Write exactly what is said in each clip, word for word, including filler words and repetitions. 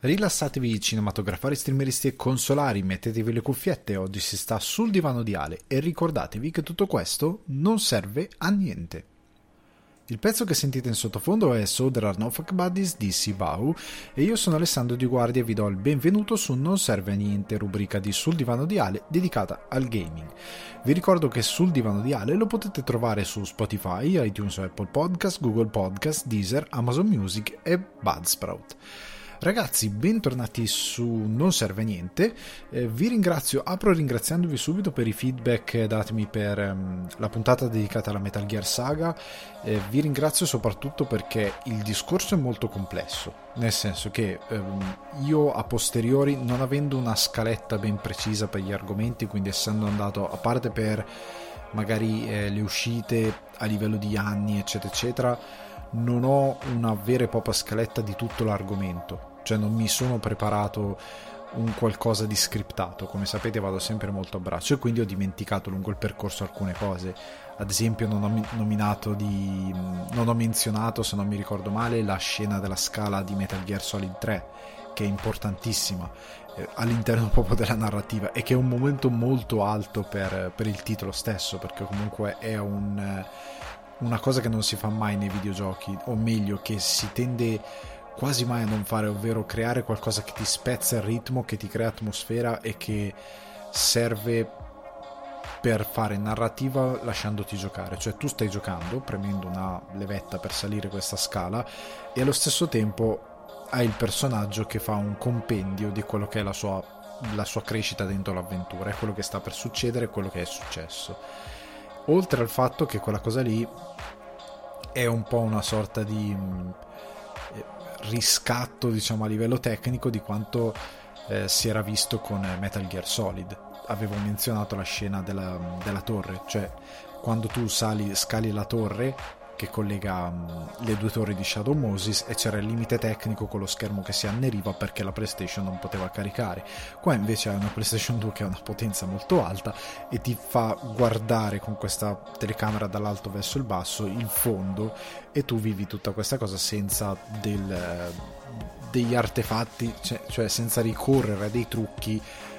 Rilassatevi cinematografari, streameristi e consolari, mettetevi le cuffiette, oggi si sta sul divano di Ale e ricordatevi che tutto questo non serve a niente. Il pezzo che sentite in sottofondo è So There Are No Fuck Buddies di Sibau e io sono Alessandro Di Guardia e vi do il benvenuto su Non Serve a Niente, rubrica di Sul Divano di Ale dedicata al gaming. Vi ricordo che Sul Divano di Ale lo potete trovare su Spotify, iTunes, Apple Podcast, Google Podcast, Deezer, Amazon Music e Buzzsprout. Ragazzi, bentornati su Non Serve a Niente, eh, vi ringrazio, apro ringraziandovi subito per i feedback datemi per um, la puntata dedicata alla Metal Gear Saga, eh, vi ringrazio soprattutto perché il discorso è molto complesso, nel senso che um, io a posteriori, non avendo una scaletta ben precisa per gli argomenti, quindi essendo andato a parte per magari eh, le uscite a livello di anni eccetera eccetera, non ho una vera e propria scaletta di tutto l'argomento, cioè non mi sono preparato un qualcosa di scriptato. Come sapete vado sempre molto a braccio e quindi ho dimenticato lungo il percorso alcune cose. Ad esempio non ho nominato di non ho menzionato, se non mi ricordo male, la scena della scala di Metal Gear Solid tre, che è importantissima eh, all'interno proprio della narrativa e che è un momento molto alto per, per il titolo stesso, perché comunque è un una cosa che non si fa mai nei videogiochi, o meglio che si tende quasi mai a non fare, ovvero creare qualcosa che ti spezza il ritmo, che ti crea atmosfera e che serve per fare narrativa lasciandoti giocare. Cioè tu stai giocando premendo una levetta per salire questa scala e allo stesso tempo hai il personaggio che fa un compendio di quello che è la sua, la sua crescita dentro l'avventura, è quello che sta per succedere, quello che è successo. Oltre al fatto che quella cosa lì è un po' una sorta di mh, riscatto, diciamo, a livello tecnico di quanto eh, si era visto con Metal Gear Solid. Avevo menzionato la scena della, della torre, cioè quando tu sali, scali la torre che collega um, le due torri di Shadow Moses e c'era il limite tecnico con lo schermo che si anneriva perché la PlayStation non poteva caricare. Qua invece hai una PlayStation due che ha una potenza molto alta e ti fa guardare con questa telecamera dall'alto verso il basso il fondo e tu vivi tutta questa cosa senza del, degli artefatti, cioè, cioè senza ricorrere a dei trucchi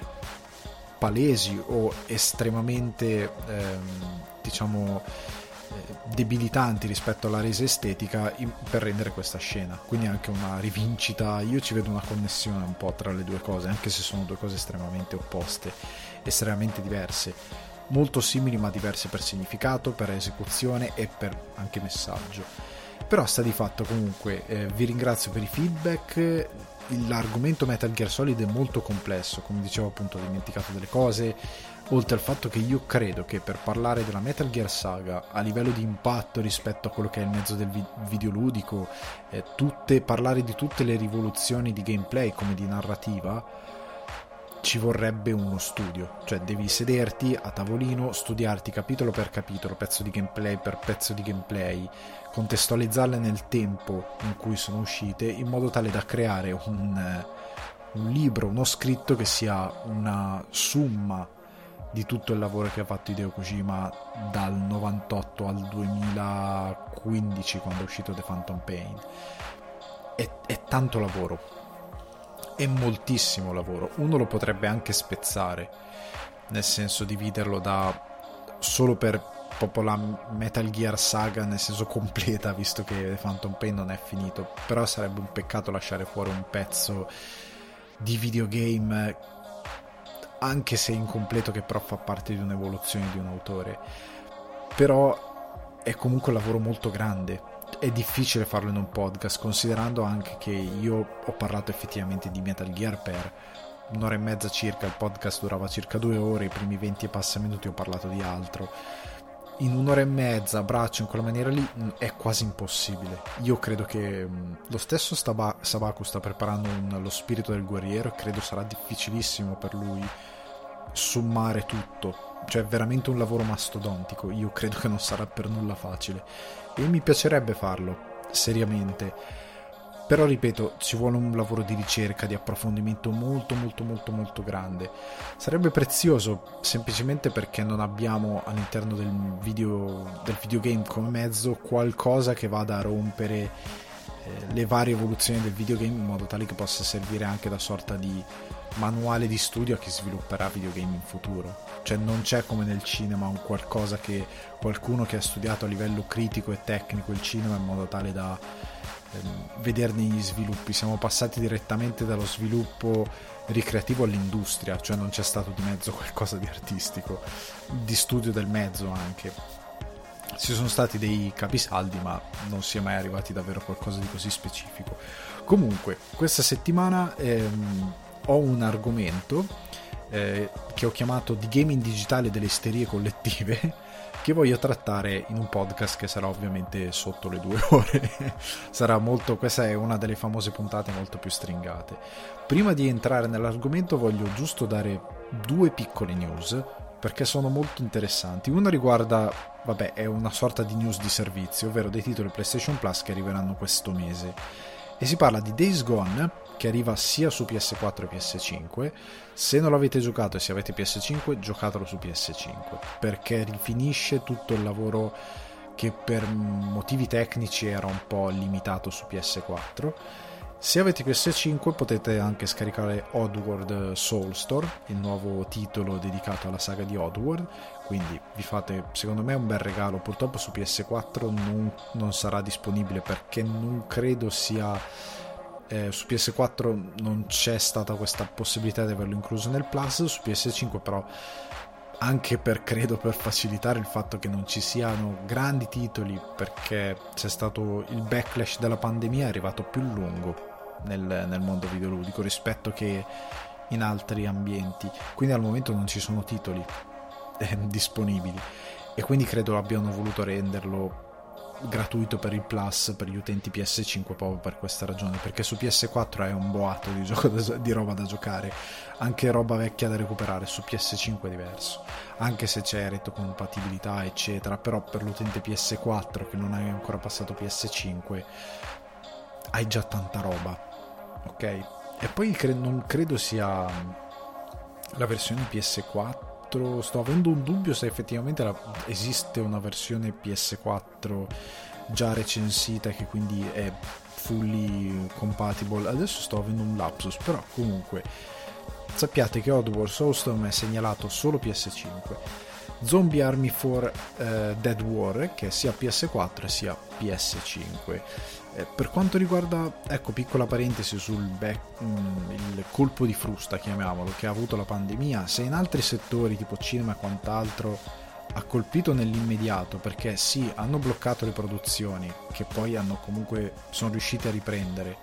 palesi o estremamente ehm, diciamo debilitanti rispetto alla resa estetica per rendere questa scena. Quindi anche una rivincita, io ci vedo una connessione un po' tra le due cose, anche se sono due cose estremamente opposte, estremamente diverse, molto simili ma diverse per significato, per esecuzione e per anche messaggio. Però sta di fatto comunque, eh, vi ringrazio per i feedback. L'argomento Metal Gear Solid è molto complesso, come dicevo appunto ho dimenticato delle cose, oltre al fatto che io credo che per parlare della Metal Gear Saga a livello di impatto rispetto a quello che è il mezzo del vi- videoludico, eh, tutte, parlare di tutte le rivoluzioni di gameplay come di narrativa, ci vorrebbe uno studio, cioè devi sederti a tavolino, studiarti capitolo per capitolo, pezzo di gameplay per pezzo di gameplay, contestualizzarle nel tempo in cui sono uscite in modo tale da creare un, un libro, uno scritto che sia una summa di tutto il lavoro che ha fatto Hideo Kojima dal novantotto al duemilaquindici, quando è uscito The Phantom Pain. È, è tanto lavoro, è moltissimo lavoro. Uno lo potrebbe anche spezzare, nel senso dividerlo da solo per proprio la Metal Gear Saga, nel senso completa, visto che The Phantom Pain non è finito, però sarebbe un peccato lasciare fuori un pezzo di videogame anche se incompleto, che però fa parte di un'evoluzione di un autore. Però è comunque un lavoro molto grande, è difficile farlo in un podcast, considerando anche che io ho parlato effettivamente di Metal Gear per un'ora e mezza circa, il podcast durava circa due ore, i primi venti e passa minuti ho parlato di altro. In un'ora e mezza a braccio in quella maniera lì è quasi impossibile. Io credo che lo stesso Staba- Sabaku sta preparando un, lo spirito del guerriero e credo sarà difficilissimo per lui sommare tutto, cioè veramente un lavoro mastodontico. Io credo che non sarà per nulla facile e mi piacerebbe farlo seriamente, però ripeto, ci vuole un lavoro di ricerca, di approfondimento molto molto molto molto grande. Sarebbe prezioso semplicemente perché non abbiamo all'interno del video del videogame come mezzo qualcosa che vada a rompere eh, le varie evoluzioni del videogame in modo tale che possa servire anche da sorta di manuale di studio a chi svilupperà videogame in futuro. Cioè non c'è come nel cinema un qualcosa che qualcuno che ha studiato a livello critico e tecnico il cinema in modo tale da ehm, vederne gli sviluppi. Siamo passati direttamente dallo sviluppo ricreativo all'industria, cioè non c'è stato di mezzo qualcosa di artistico, di studio del mezzo anche. Ci sono stati dei capisaldi, ma non si è mai arrivati davvero a qualcosa di così specifico. Comunque, questa settimana ehm, ho un argomento eh, che ho chiamato di gaming digitale delle isterie collettive, che voglio trattare in un podcast che sarà ovviamente sotto le due ore. Sarà molto, questa è una delle famose puntate molto più stringate. Prima di entrare nell'argomento voglio giusto dare due piccole news, perché sono molto interessanti. Una riguarda, vabbè, è una sorta di news di servizio, ovvero dei titoli PlayStation Plus che arriveranno questo mese. E si parla di Days Gone, che arriva sia su P S quattro e P S cinque. Se non l'avete giocato e se avete P S cinque, giocatelo su P S cinque, perché rifinisce tutto il lavoro che per motivi tecnici era un po' limitato su P S quattro. Se avete P S cinque potete anche scaricare Oddworld Soulstorm, il nuovo titolo dedicato alla saga di Oddworld, quindi vi fate secondo me un bel regalo. Purtroppo su P S quattro non, non sarà disponibile, perché non credo sia eh, su P S quattro non c'è stata questa possibilità di averlo incluso nel Plus. Su P S cinque però, anche per credo per facilitare il fatto che non ci siano grandi titoli, perché c'è stato il backlash della pandemia, è arrivato più lungo nel, nel mondo videoludico rispetto che in altri ambienti, quindi al momento non ci sono titoli eh, disponibili, e quindi credo abbiano voluto renderlo gratuito per il Plus per gli utenti P S cinque proprio per questa ragione, perché su P S quattro è un boato di, gioco da, di roba da giocare, anche roba vecchia da recuperare. Su P S cinque è diverso, anche se c'è retrocompatibilità eccetera, però per l'utente P S quattro che non hai ancora passato P S cinque hai già tanta roba, ok? E poi cre- non credo sia la versione P S quattro, sto avendo un dubbio se effettivamente la, esiste una versione P S quattro già recensita che quindi è fully compatible. Adesso sto avendo un lapsus, però comunque sappiate che Oddworld Soulstorm è segnalato solo P S cinque. Zombie Army quattro eh, Dead War, che è sia P S quattro sia P S cinque. Eh, per quanto riguarda, ecco, piccola parentesi sul back, mh, il colpo di frusta, chiamiamolo, che ha avuto la pandemia, se in altri settori tipo cinema e quant'altro ha colpito nell'immediato, perché sì, hanno bloccato le produzioni che poi hanno comunque sono riusciti a riprendere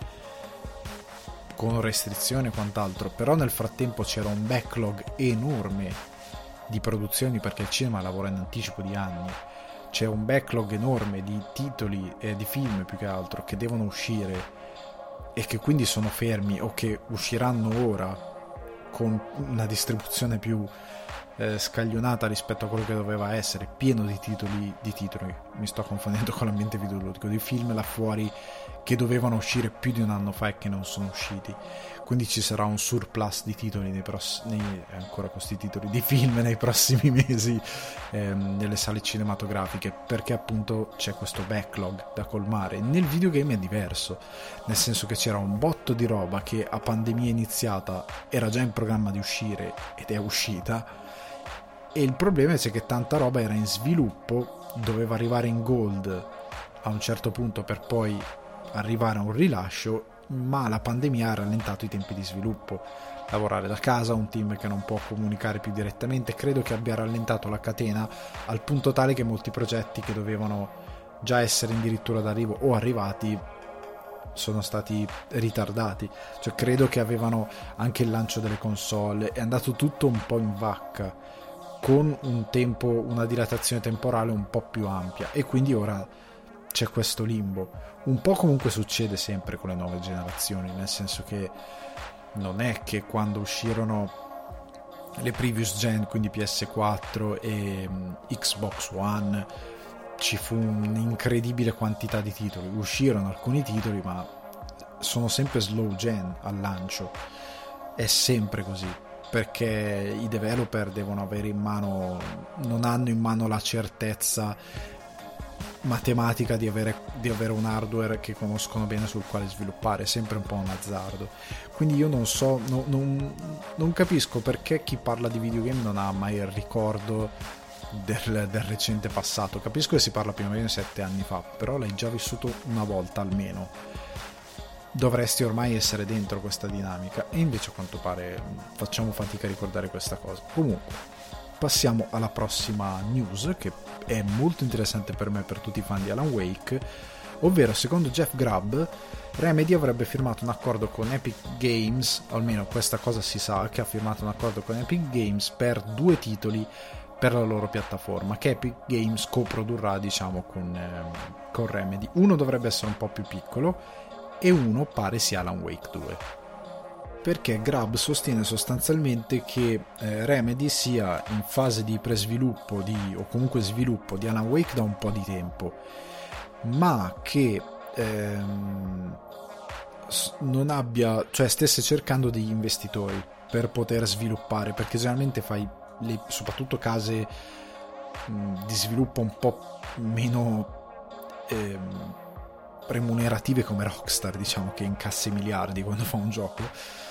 con restrizioni e quant'altro, però nel frattempo c'era un backlog enorme di produzioni, perché il cinema lavora in anticipo di anni. C'è un backlog enorme di titoli e di film più che altro che devono uscire e che quindi sono fermi o che usciranno ora con una distribuzione più eh, scaglionata rispetto a quello che doveva essere, pieno di titoli di titoli mi sto confondendo con l'ambiente videoludico, di film là fuori che dovevano uscire più di un anno fa e che non sono usciti. Quindi ci sarà un surplus di titoli nei prossimi, nei, ancora questi titoli di film nei prossimi mesi ehm, nelle sale cinematografiche, perché appunto c'è questo backlog da colmare. Nel videogame è diverso, nel senso che c'era un botto di roba che a pandemia iniziata era già in programma di uscire ed è uscita, e il problema è che tanta roba era in sviluppo, doveva arrivare in gold a un certo punto per poi arrivare a un rilascio, ma la pandemia ha rallentato i tempi di sviluppo. Lavorare da casa, un team che non può comunicare più direttamente, credo che abbia rallentato la catena al punto tale che molti progetti che dovevano già essere addirittura d'arrivo o arrivati sono stati ritardati. Cioè credo che avevano anche il lancio delle console, è andato tutto un po' in vacca, con un tempo, una dilatazione temporale un po' più ampia, e quindi ora c'è questo limbo. Un po' comunque succede sempre con le nuove generazioni, nel senso che non è che quando uscirono le previous gen, quindi P S quattro e um, Xbox One, ci fu un'incredibile quantità di titoli. Uscirono alcuni titoli, ma sono sempre slow gen al lancio, è sempre così, perché i developer devono avere in mano, non hanno in mano la certezza matematica di avere, di avere un hardware che conoscono bene sul quale sviluppare, è sempre un po' un azzardo. Quindi io non so, no, non, non capisco perché chi parla di videogame non ha mai il ricordo del, del recente passato. Capisco che si parla più o meno di sette anni fa, però l'hai già vissuto una volta almeno, dovresti ormai essere dentro questa dinamica, e invece a quanto pare facciamo fatica a ricordare questa cosa. Comunque passiamo alla prossima news, che è molto interessante per me e per tutti i fan di Alan Wake, ovvero secondo Jeff Grubb Remedy avrebbe firmato un accordo con Epic Games, o almeno questa cosa si sa, che ha firmato un accordo con Epic Games per due titoli per la loro piattaforma, che Epic Games coprodurrà, diciamo, con, eh, con Remedy. Uno dovrebbe essere un po' più piccolo e uno pare sia Alan Wake due, perché Grubb sostiene sostanzialmente che eh, Remedy sia in fase di presviluppo di, o comunque sviluppo di Alan Wake da un po' di tempo, ma che ehm, non abbia, cioè stesse cercando degli investitori per poter sviluppare, perché generalmente fai le, soprattutto case mh, di sviluppo un po' meno ehm, remunerative come Rockstar, diciamo, che incassa i miliardi quando fa un gioco.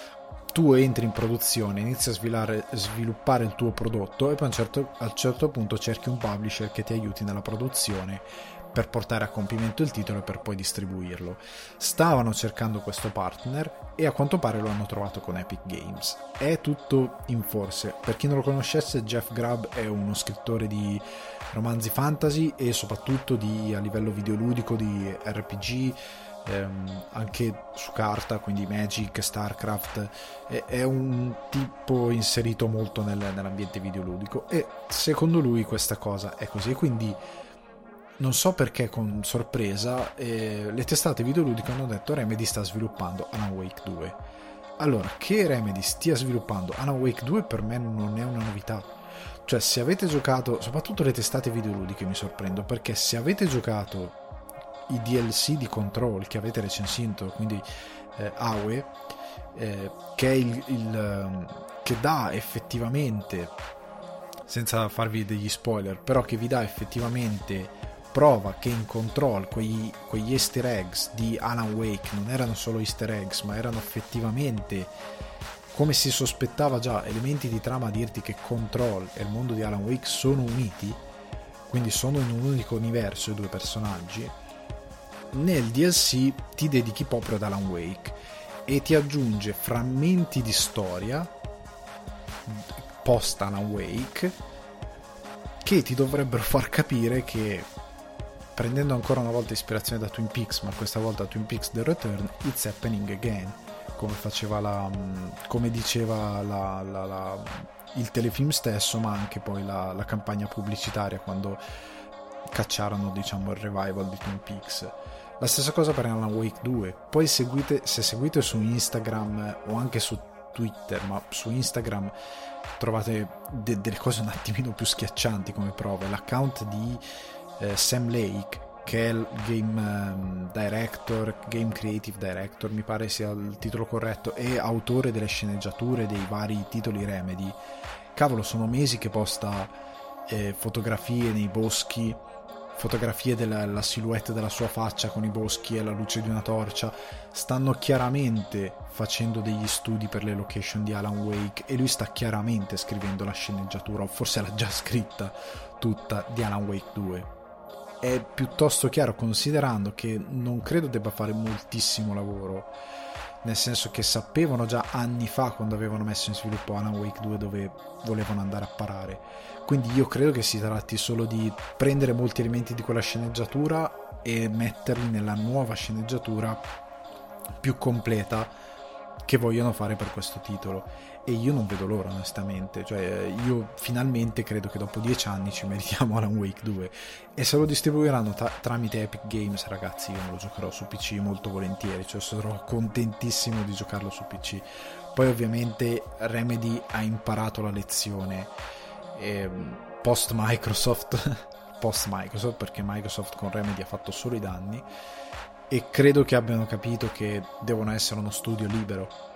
Tu entri in produzione, inizi a svilare, sviluppare il tuo prodotto e poi a un certo, a un certo punto cerchi un publisher che ti aiuti nella produzione per portare a compimento il titolo e per poi distribuirlo. Stavano cercando questo partner e a quanto pare lo hanno trovato con Epic Games. È tutto in forse. Per chi non lo conoscesse, Jeff Grubb è uno scrittore di romanzi fantasy e soprattutto di, a livello videoludico, di R P G, ehm, anche su carta, quindi Magic, Starcraft. È, è un tipo inserito molto nel, nell'ambiente videoludico, e secondo lui questa cosa è così. Quindi non so perché, con sorpresa, eh, le testate videoludiche hanno detto Remedy sta sviluppando Alan Wake due. Allora, che Remedy stia sviluppando Alan Wake due per me non è una novità. Cioè, se avete giocato, soprattutto le testate videoludiche mi sorprendo, perché se avete giocato i D L C di Control che avete recensito, quindi eh, A W E, eh, che è il, il che dà effettivamente, senza farvi degli spoiler, però che vi dà effettivamente prova che in Control quei, quegli easter eggs di Alan Wake non erano solo easter eggs, ma erano effettivamente, come si sospettava già, elementi di trama a dirti che Control e il mondo di Alan Wake sono uniti, quindi sono in un unico universo i due personaggi. Nel D L C ti dedichi proprio ad Alan Wake e ti aggiunge frammenti di storia post Alan Wake che ti dovrebbero far capire che, prendendo ancora una volta ispirazione da Twin Peaks, ma questa volta Twin Peaks The Return, it's happening again, come faceva la come diceva la, la, la, il telefilm stesso, ma anche poi la, la campagna pubblicitaria quando cacciarono, diciamo, il revival di Twin Peaks. La stessa cosa per Alan Wake due. Poi seguite, se seguite su Instagram o anche su Twitter, ma su Instagram trovate de- delle cose un attimino più schiaccianti come prove. L'account di eh, Sam Lake, che è il game um, director, game creative director, mi pare sia il titolo corretto, e autore delle sceneggiature dei vari titoli Remedy. Cavolo, sono mesi che posta eh, fotografie nei boschi, fotografie della la silhouette della sua faccia con i boschi e la luce di una torcia. Stanno chiaramente facendo degli studi per le location di Alan Wake e lui sta chiaramente scrivendo la sceneggiatura, o forse l'ha già scritta tutta, di Alan Wake due. È piuttosto chiaro, considerando che non credo debba fare moltissimo lavoro, nel senso che sapevano già anni fa, quando avevano messo in sviluppo Alan Wake due, dove volevano andare a parare. Quindi io credo che si tratti solo di prendere molti elementi di quella sceneggiatura e metterli nella nuova sceneggiatura più completa che vogliono fare per questo titolo, e io non vedo l'ora, onestamente. Cioè, io finalmente credo che dopo dieci anni ci meritiamo Alan Wake due, e se lo distribuiranno ta- tramite Epic Games, ragazzi, io me lo giocherò su P C molto volentieri, cioè sarò contentissimo di giocarlo su P C. Poi ovviamente Remedy ha imparato la lezione eh, post Microsoft post Microsoft, perché Microsoft con Remedy ha fatto solo i danni, e credo che abbiano capito che devono essere uno studio libero,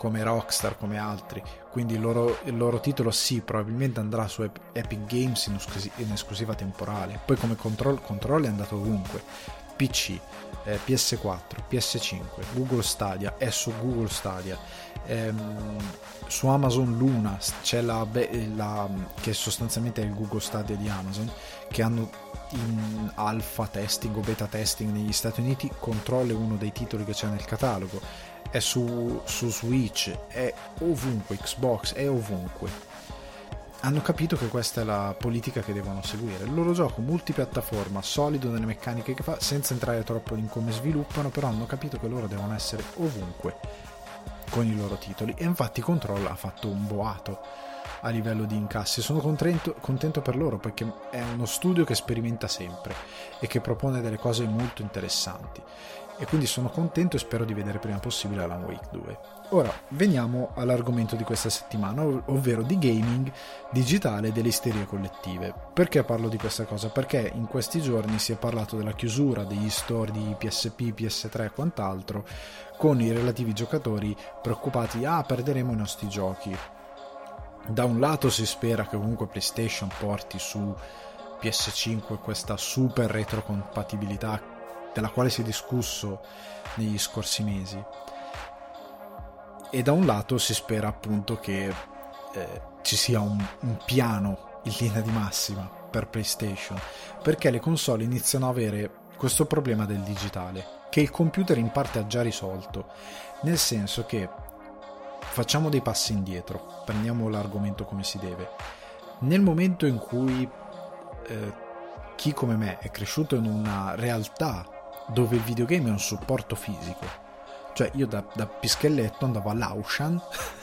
come Rockstar, come altri, quindi il loro, il loro titolo sì, probabilmente andrà su Epic Games in, esclusi- in esclusiva temporale. Poi come control, control è andato ovunque, P C, eh, P S quattro, P S cinque, Google Stadia, è su Google Stadia, ehm, su Amazon Luna c'è la, la che sostanzialmente è il Google Stadia di Amazon, che hanno in alpha testing o beta testing negli Stati Uniti. Control è uno dei titoli che c'è nel catalogo, è su, su Switch, è ovunque, Xbox è ovunque. Hanno capito che questa è la politica che devono seguire. Il loro gioco multipiattaforma, solido nelle meccaniche che fa, senza entrare troppo in come sviluppano, però hanno capito che loro devono essere ovunque con i loro titoli, e infatti Control ha fatto un boato a livello di incassi. Sono contento, contento per loro, perché è uno studio che sperimenta sempre e che propone delle cose molto interessanti, e quindi sono contento e spero di vedere prima possibile Alan Wake due. Ora veniamo all'argomento di questa settimana, ovvero di gaming digitale e delle isterie collettive. Perché parlo di questa cosa? Perché in questi giorni si è parlato della chiusura degli store di P S P, P S tre e quant'altro, con i relativi giocatori preoccupati: ah, perderemo i nostri giochi. Da un lato si spera che comunque PlayStation porti su P S cinque questa super retrocompatibilità della quale si è discusso negli scorsi mesi, e da un lato si spera appunto che eh, ci sia un, un piano in linea di massima per PlayStation, perché le console iniziano a avere questo problema del digitale che il computer in parte ha già risolto, nel senso che facciamo dei passi indietro, prendiamo l'argomento come si deve. Nel momento in cui eh, chi come me è cresciuto in una realtà dove il videogame è un supporto fisico, cioè io da, da pischelletto andavo all'Auchan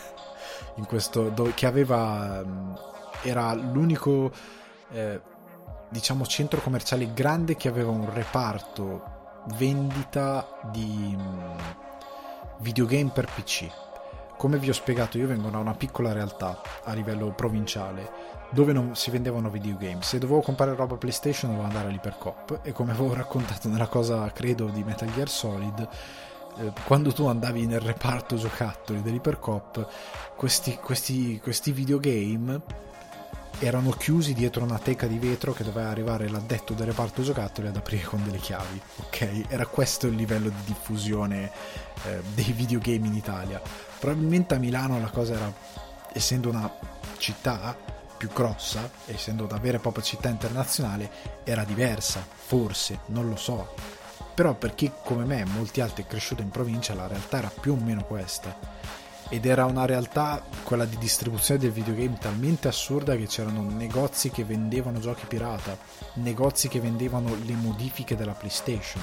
in questo, dove, che aveva era l'unico eh, diciamo centro commerciale grande che aveva un reparto vendita di mh, videogame per P C. Come vi ho spiegato, io vengo da una piccola realtà a livello provinciale dove non si vendevano videogame. Se dovevo comprare roba PlayStation dovevo andare all'Ipercoop, e come avevo raccontato nella cosa credo di Metal Gear Solid, eh, quando tu andavi nel reparto giocattoli dell'Ipercoop, questi, questi, questi videogame erano chiusi dietro una teca di vetro che doveva arrivare l'addetto del reparto giocattoli ad aprire con delle chiavi. Ok, era questo il livello di diffusione eh, dei videogame in Italia. Probabilmente a Milano la cosa era, essendo una città più grossa, essendo una vera e propria città internazionale, era diversa, forse, non lo so. Però per chi come me, molti altri, è cresciuto in provincia, la realtà era più o meno questa. Ed era una realtà, quella di distribuzione del videogame, talmente assurda che c'erano negozi che vendevano giochi pirata, negozi che vendevano le modifiche della PlayStation,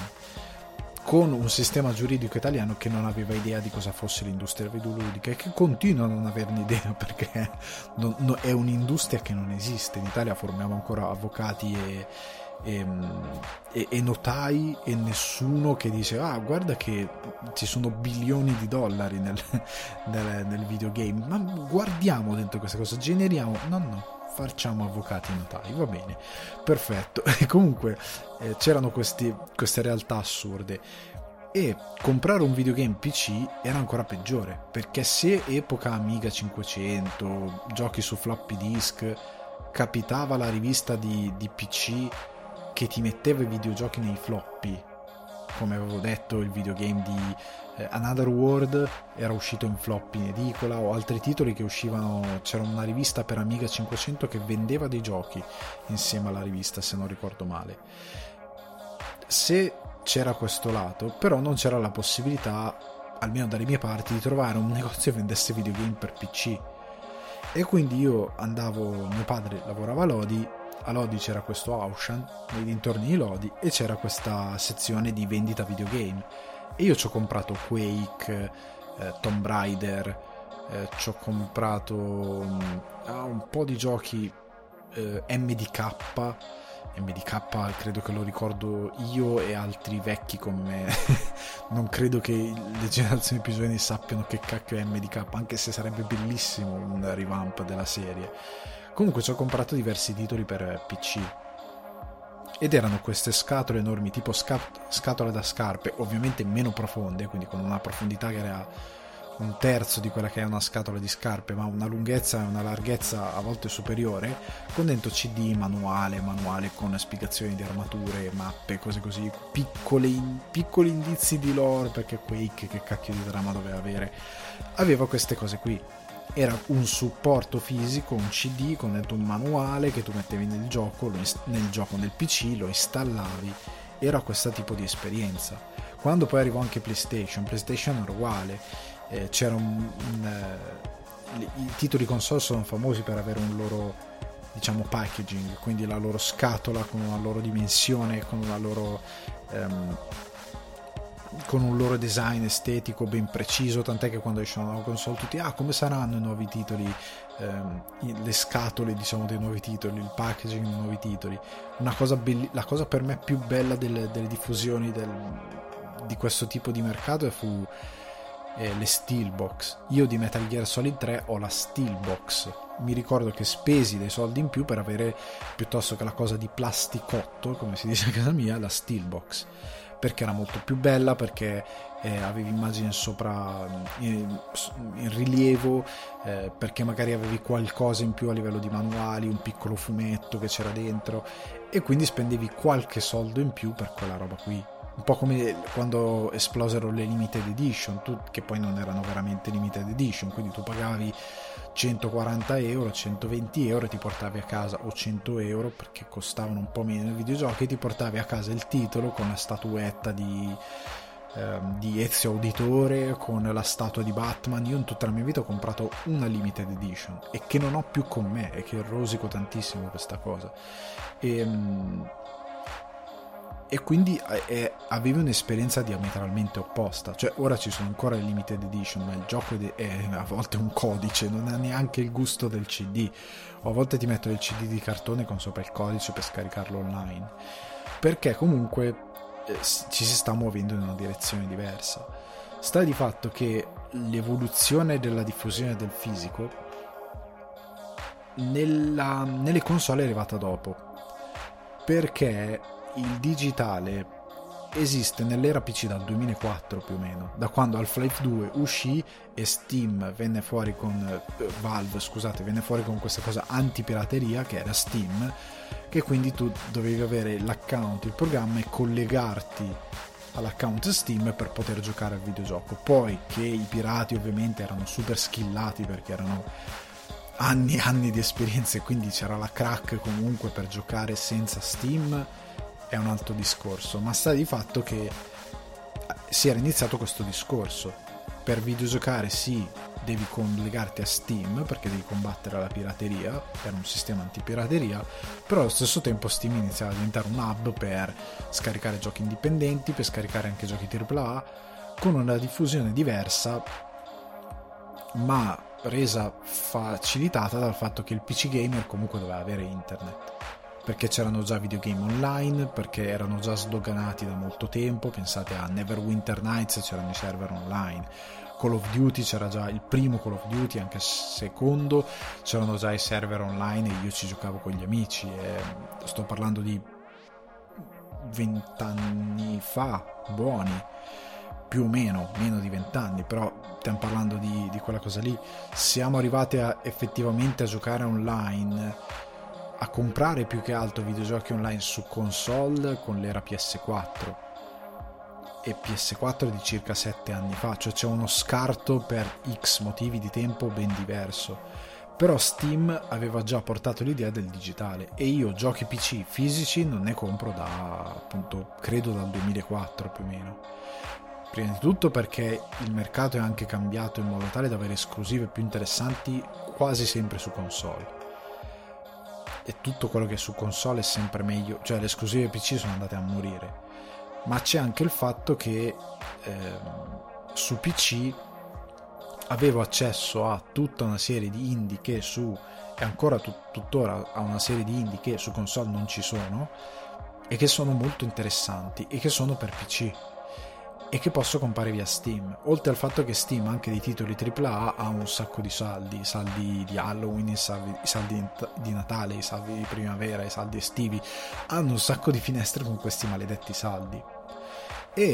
con un sistema giuridico italiano che non aveva idea di cosa fosse l'industria videoludica, e che continua a non averne idea, perché non, no, è un'industria che non esiste. In Italia formiamo ancora avvocati e, e, e, e notai, e nessuno che dice: ah, guarda che ci sono bilioni di dollari nel, nel, nel videogame, ma guardiamo dentro questa cosa, generiamo. No, no, facciamo avvocati e notai, va bene, perfetto. E comunque eh, c'erano questi, queste realtà assurde, e comprare un videogame P C era ancora peggiore, perché se epoca Amiga cinquecento, giochi su floppy disk, capitava la rivista di, di P C che ti metteva i videogiochi nei floppy, come avevo detto il videogame di eh, Another World era uscito in floppy in edicola, o altri titoli che uscivano. C'era una rivista per Amiga cinquecento che vendeva dei giochi insieme alla rivista, se non ricordo male. Se c'era questo lato, però non c'era la possibilità, almeno dalle mie parti, di trovare un negozio che vendesse videogame per P C, e quindi io andavo, mio padre lavorava a Lodi, a Lodi c'era questo Auchan nei dintorni di Lodi, e c'era questa sezione di vendita videogame, e io ci ho comprato Quake, eh, Tomb Raider, eh, ci ho comprato um, un po' di giochi eh, M D K. M D K credo che lo ricordo io e altri vecchi come me. Non credo che le generazioni più giovani sappiano che cacchio è M D K, anche se sarebbe bellissimo un revamp della serie. Comunque ci ho comprato diversi titoli per P C, ed erano queste scatole enormi, tipo sca- scatole da scarpe, ovviamente meno profonde, quindi con una profondità che era un terzo di quella che è una scatola di scarpe, ma una lunghezza e una larghezza a volte superiore, con dentro C D, manuale, manuale con spiegazioni di armature, mappe, cose così, piccole, piccoli indizi di lore, perché Quake che cacchio di dramma doveva avere, aveva queste cose qui. Era un supporto fisico, un C D con dentro un manuale che tu mettevi nel gioco, lo inst- nel gioco nel P C, lo installavi, era questo tipo di esperienza. Quando poi arrivò anche PlayStation, PlayStation era uguale, eh, c'era un, un eh, i titoli console sono famosi per avere un loro, diciamo, packaging, quindi la loro scatola con una loro dimensione, con una loro ehm, con un loro design estetico ben preciso, tant'è che quando esce una nuova console tutti ah come saranno i nuovi titoli, ehm, le scatole diciamo dei nuovi titoli, il packaging dei nuovi titoli. Una cosa belli- la cosa per me più bella delle, delle diffusioni del, di questo tipo di mercato fu eh, le Steelbox. Io di Metal Gear Solid tre ho la Steelbox, mi ricordo che spesi dei soldi in più per avere, piuttosto che la cosa di plasticotto come si dice a casa mia, la Steelbox, perché era molto più bella, perché eh, avevi immagini sopra in, in rilievo, eh, perché magari avevi qualcosa in più a livello di manuali, un piccolo fumetto che c'era dentro, e quindi spendevi qualche soldo in più per quella roba qui. Un po' come quando esplosero le limited edition, tu, che poi non erano veramente limited edition, quindi tu pagavi centoquaranta euro, centoventi euro e ti portavi a casa, o cento euro perché costavano un po' meno i videogiochi, e ti portavi a casa il titolo con la statuetta di, ehm, di Ezio Auditore, con la statua di Batman. Io in tutta la mia vita ho comprato una limited edition e che non ho più con me, e che rosico tantissimo questa cosa. E, e quindi eh, avevi un'esperienza diametralmente opposta. Cioè ora ci sono ancora le limited edition, ma il gioco è, è a volte un codice, non ha neanche il gusto del C D, o a volte ti mettono il C D di cartone con sopra il codice per scaricarlo online, perché comunque eh, ci si sta muovendo in una direzione diversa. Sta di fatto che l'evoluzione della diffusione del fisico nella, nelle console è arrivata dopo, perché il digitale esiste nell'era P C dal duemilaquattro più o meno, da quando Half-Life due uscì e Steam venne fuori con eh, Valve, scusate, venne fuori con questa cosa anti-pirateria che era Steam, che quindi tu dovevi avere l'account, il programma, e collegarti all'account Steam per poter giocare al videogioco. Poi che i pirati ovviamente erano super skillati perché erano anni e anni di esperienza, e quindi c'era la crack comunque per giocare senza Steam, è un altro discorso, ma sta di fatto che si era iniziato questo discorso: per videogiocare sì, devi collegarti a Steam perché devi combattere la pirateria, era un sistema antipirateria, però allo stesso tempo Steam iniziava a diventare un hub per scaricare giochi indipendenti, per scaricare anche giochi tripla A, con una diffusione diversa, ma resa facilitata dal fatto che il P C gamer comunque doveva avere internet, perché c'erano già videogame online, perché erano già sdoganati da molto tempo. Pensate a Neverwinter Nights, c'erano i server online. Call of Duty, c'era già il primo Call of Duty, anche secondo, c'erano già i server online e io ci giocavo con gli amici. E sto parlando di vent'anni fa, buoni, più o meno, meno di vent'anni, però stiamo parlando di, di quella cosa lì. Siamo arrivati a, effettivamente a giocare online, a comprare più che altro videogiochi online su console con l'era P S quattro, e P S quattro di circa sette anni fa, cioè c'è uno scarto per X motivi di tempo ben diverso. Però Steam aveva già portato l'idea del digitale, e io giochi P C fisici non ne compro da, appunto, credo dal duemilaquattro più o meno. Prima di tutto perché il mercato è anche cambiato in modo tale da avere esclusive più interessanti quasi sempre su console, e tutto quello che è su console è sempre meglio, cioè le esclusive P C sono andate a morire. Ma c'è anche il fatto che eh, su P C avevo accesso a tutta una serie di indie che su, e ancora tut- tuttora a una serie di indie che su console non ci sono, e che sono molto interessanti e che sono per P C e che posso comprare via Steam. Oltre al fatto che Steam, anche dei titoli tripla A, ha un sacco di saldi, i saldi di Halloween, i saldi, i saldi di Natale, i saldi di primavera, i saldi estivi, hanno un sacco di finestre con questi maledetti saldi. E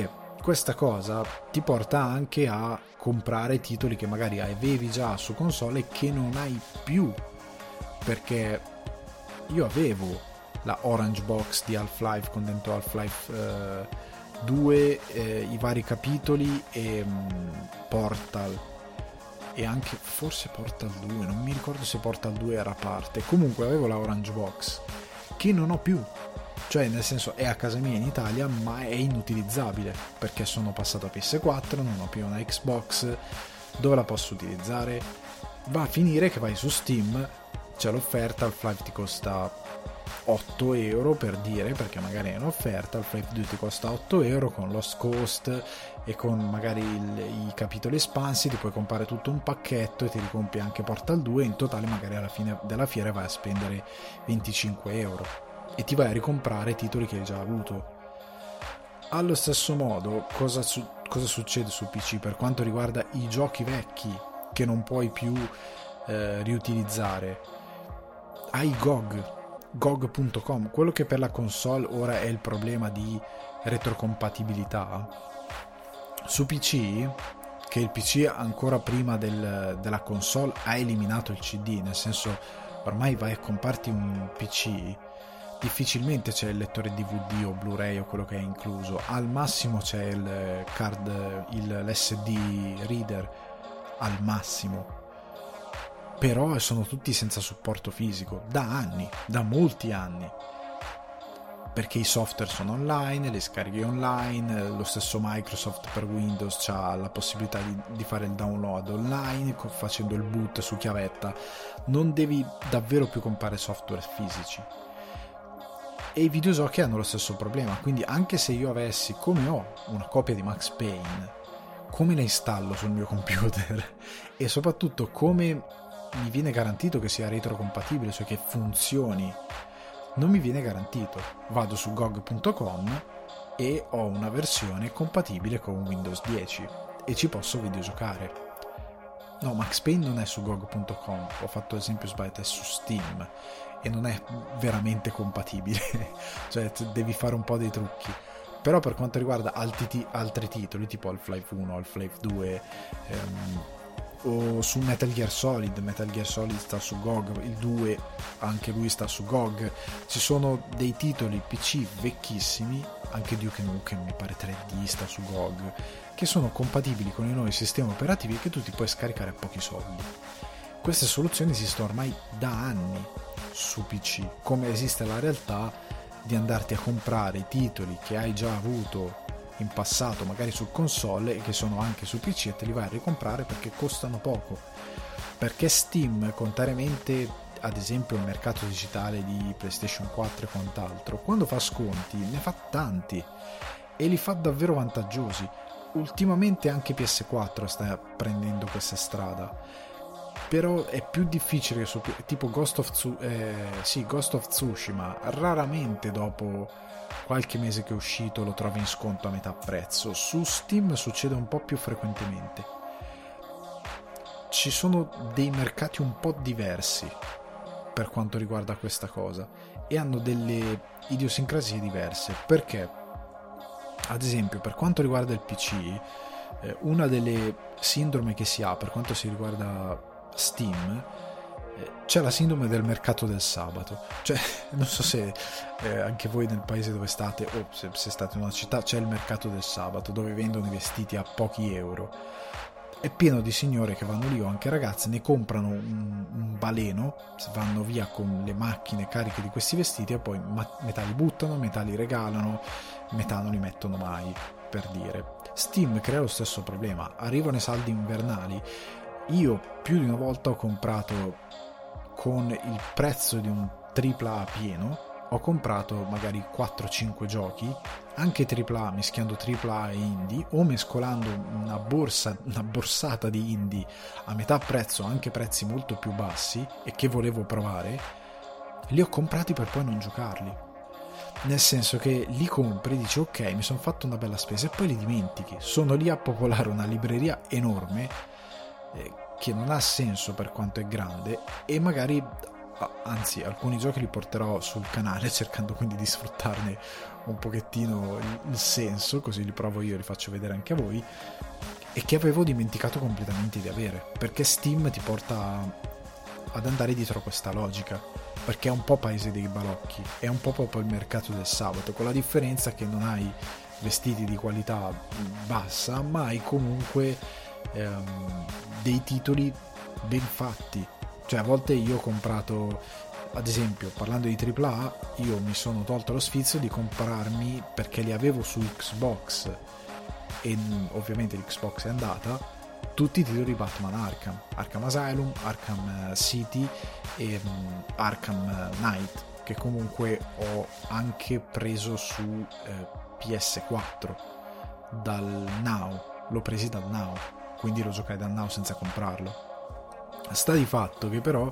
questa cosa ti porta anche a comprare titoli che magari avevi già su console e che non hai più, perché io avevo la Orange Box di Half-Life con dentro Half-Life eh, due, eh, i vari capitoli e mh, Portal, e anche forse Portal due, non mi ricordo se Portal due era parte. Comunque avevo la Orange Box che non ho più, cioè nel senso è a casa mia in Italia ma è inutilizzabile perché sono passato a P S quattro, non ho più una Xbox, dove la posso utilizzare? Va a finire che vai su Steam, c'è l'offerta, Half-Life ti costa otto euro per dire, perché magari è un'offerta, Half-Life due ti costa otto euro con Lost Coast e con magari il, i capitoli espansi, ti puoi comprare tutto un pacchetto e ti ricompi anche Portal due, in totale magari alla fine della fiera vai a spendere venticinque euro e ti vai a ricomprare titoli che hai già avuto. Allo stesso modo cosa, su, cosa succede su P C per quanto riguarda i giochi vecchi che non puoi più eh, riutilizzare? Hai G O G G O G punto com, quello che per la console ora è il problema di retrocompatibilità. Su P C, che il P C ancora prima del, della console ha eliminato il C D, nel senso ormai vai a comprarti un P C, difficilmente c'è il lettore D V D o Blu-ray o quello che è incluso, al massimo c'è il card, il, l'S D reader, al massimo, però sono tutti senza supporto fisico da anni, da molti anni, perché i software sono online, le scariche online, lo stesso Microsoft per Windows ha la possibilità di, di fare il download online facendo il boot su chiavetta, non devi davvero più comprare software fisici. E i videogiochi hanno lo stesso problema, quindi anche se io avessi, come ho, una copia di Max Payne, come la installo sul mio computer e soprattutto come mi viene garantito che sia retrocompatibile, cioè che funzioni? Non mi viene garantito. Vado su G O G punto com e ho una versione compatibile con Windows dieci e ci posso videogiocare. No, Max Payne non è su G O G punto com, ho fatto l'esempio sbagliato, è su Steam e non è veramente compatibile, cioè devi fare un po' dei trucchi. Però per quanto riguarda altri, altri titoli tipo Half-Life uno, Half-Life due, ehm, o su Metal Gear Solid, Metal Gear Solid sta su G O G, il due anche lui sta su G O G, ci sono dei titoli P C vecchissimi, anche Duke Nukem mi pare tre D sta su G O G, che sono compatibili con i nuovi sistemi operativi che tu ti puoi scaricare a pochi soldi. Queste soluzioni esistono ormai da anni su P C, come esiste la realtà di andarti a comprare i titoli che hai già avuto in passato magari su console e che sono anche su P C e te li vai a ricomprare perché costano poco, perché Steam, contrariamente ad esempio al mercato digitale di PlayStation quattro e quant'altro, quando fa sconti ne fa tanti e li fa davvero vantaggiosi. Ultimamente anche P S quattro sta prendendo questa strada, però è più difficile su, tipo Ghost of, Tsu, eh, sì, Ghost of Tsushima raramente dopo qualche mese che è uscito lo trovi in sconto a metà prezzo. Su Steam succede un po' più frequentemente. Ci sono dei mercati un po' diversi per quanto riguarda questa cosa e hanno delle idiosincrasie diverse, perché ad esempio per quanto riguarda il P C, eh, una delle sindrome che si ha per quanto si riguarda Steam, eh, c'è la sindrome del mercato del sabato, cioè non so se eh, anche voi nel paese dove state o se, se state in una città c'è il mercato del sabato dove vendono i vestiti a pochi euro, è pieno di signore che vanno lì o anche ragazze, ne comprano un, un baleno, vanno via con le macchine cariche di questi vestiti e poi ma- metà li buttano, metà li regalano, metà non li mettono mai, per dire. Steam crea lo stesso problema, arrivano i saldi invernali. Io più di una volta ho comprato con il prezzo di un tripla A pieno, ho comprato magari quattro cinque giochi, anche tripla A mischiando tripla A e indie, o mescolando una borsa, una borsata di indie a metà prezzo, anche prezzi molto più bassi e che volevo provare, li ho comprati per poi non giocarli. Nel senso che li compri, dici ok, mi sono fatto una bella spesa e poi li dimentichi. Sono lì a popolare una libreria enorme eh, che non ha senso per quanto è grande, e magari anzi alcuni giochi li porterò sul canale cercando quindi di sfruttarne un pochettino il, il senso, così li provo io e li faccio vedere anche a voi, e che avevo dimenticato completamente di avere, perché Steam ti porta ad andare dietro questa logica, perché è un po' paese dei balocchi, è un po' proprio il mercato del sabato, con la differenza che non hai vestiti di qualità bassa, ma hai comunque ehm, dei titoli ben fatti. Cioè a volte io ho comprato, ad esempio parlando di tripla A, io mi sono tolto lo sfizio di comprarmi, perché li avevo su Xbox e ovviamente l'Xbox è andata, tutti i titoli di Batman Arkham, Arkham Asylum, Arkham City e um, Arkham Knight, che comunque ho anche preso su eh, P S quattro dal Now, l'ho presi dal Now, quindi lo giocai dal Now senza comprarlo. Sta di fatto che però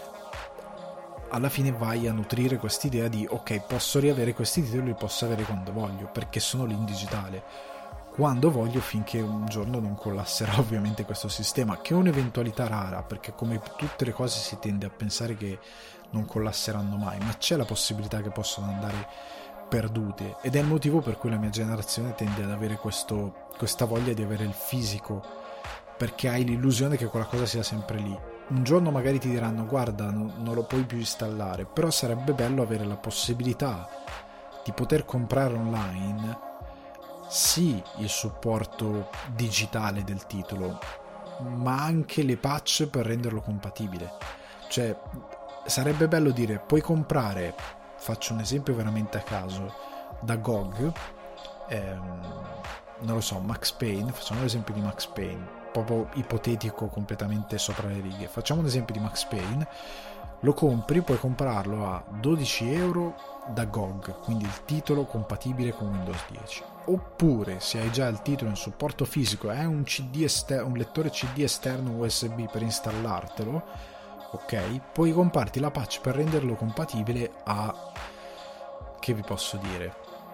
alla fine vai a nutrire quest'idea di ok, posso riavere questi titoli, li posso avere quando voglio, perché sono lì in digitale, quando voglio, finché un giorno non collasserà ovviamente questo sistema, che è un'eventualità rara, perché come tutte le cose si tende a pensare che non collasseranno mai, ma c'è la possibilità che possano andare perdute, ed è il motivo per cui la mia generazione tende ad avere questo, questa voglia di avere il fisico, perché hai l'illusione che quella cosa sia sempre lì. Un giorno magari ti diranno guarda, non, non lo puoi più installare, però sarebbe bello avere la possibilità di poter comprare online sì il supporto digitale del titolo, ma anche le patch per renderlo compatibile. Cioè sarebbe bello dire puoi comprare, faccio un esempio veramente a caso, da G O G ehm, non lo so, Max Payne, facciamo l'esempio di Max Payne proprio ipotetico, completamente sopra le righe. Facciamo un esempio di Max Payne, lo compri, puoi comprarlo a dodici euro da G O G, quindi il titolo compatibile con Windows dieci. Oppure se hai già il titolo in supporto fisico e hai un C D ester- un lettore C D esterno U S B per installartelo, ok, puoi comprarti la patch per renderlo compatibile a, che vi posso dire,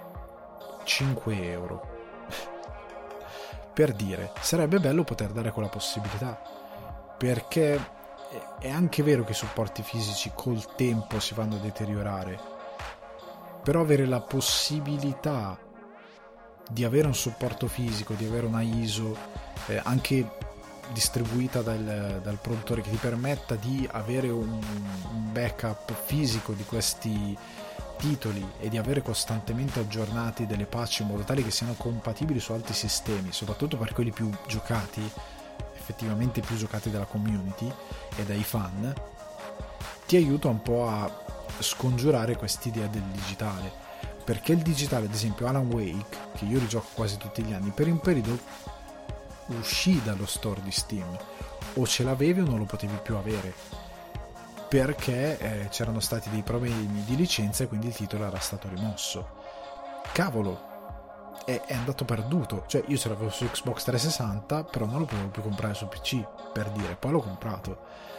cinque euro. Per dire, sarebbe bello poter dare quella possibilità, perché è anche vero che i supporti fisici col tempo si vanno a deteriorare, però avere la possibilità di avere un supporto fisico, di avere una I S O eh, anche distribuita dal, dal produttore, che ti permetta di avere un, un backup fisico di questi titoli e di avere costantemente aggiornati delle patch in modo tale che siano compatibili su altri sistemi, soprattutto per quelli più giocati, effettivamente più giocati dalla community e dai fan, ti aiuta un po' a scongiurare quest'idea del digitale, perché il digitale, ad esempio Alan Wake, che io rigioco quasi tutti gli anni, per un periodo uscì dallo store di Steam, o ce l'avevi o non lo potevi più avere, perché eh, c'erano stati dei problemi di licenza e quindi il titolo era stato rimosso. Cavolo, è, è andato perduto. Cioè io ce l'avevo su Xbox trecentosessanta, però non lo potevo più comprare su P C, per dire, poi l'ho comprato.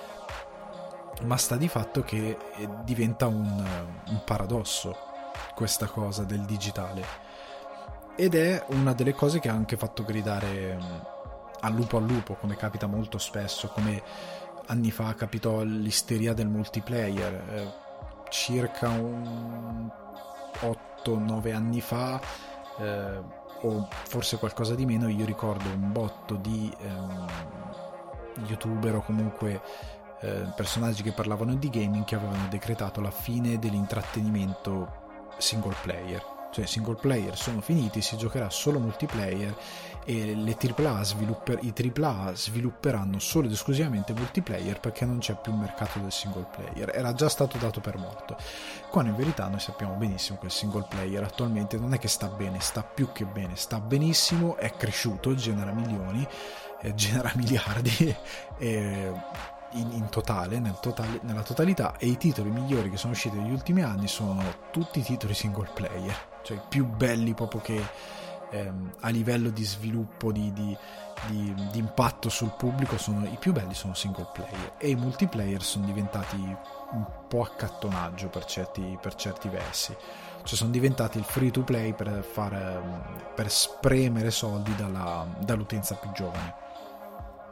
Ma sta di fatto che diventa un, un paradosso questa cosa del digitale, ed è una delle cose che ha anche fatto gridare al lupo al lupo, come capita molto spesso, come anni fa capitò l'isteria del multiplayer, eh, circa un otto nove anni fa, eh, o forse qualcosa di meno. Io ricordo un botto di ehm, youtuber o comunque eh, personaggi che parlavano di gaming che avevano decretato la fine dell'intrattenimento single player, cioè single player sono finiti, si giocherà solo multiplayer e le tripla A svilupper- i tripla A svilupperanno solo ed esclusivamente multiplayer, perché non c'è più un mercato del single player, era già stato dato per morto, quando in verità noi sappiamo benissimo che il single player attualmente non è che sta bene, sta più che bene, sta benissimo, è cresciuto, genera milioni, eh, genera miliardi eh, in, in totale, nel totale, nella totalità, e i titoli migliori che sono usciti negli ultimi anni sono tutti titoli single player, cioè i più belli proprio che ehm, a livello di sviluppo di, di, di, di impatto sul pubblico sono i più belli, sono single player, e i multiplayer sono diventati un po' accattonaggio per certi, per certi versi, cioè sono diventati il free to play per, far, per spremere soldi dalla, dall'utenza più giovane.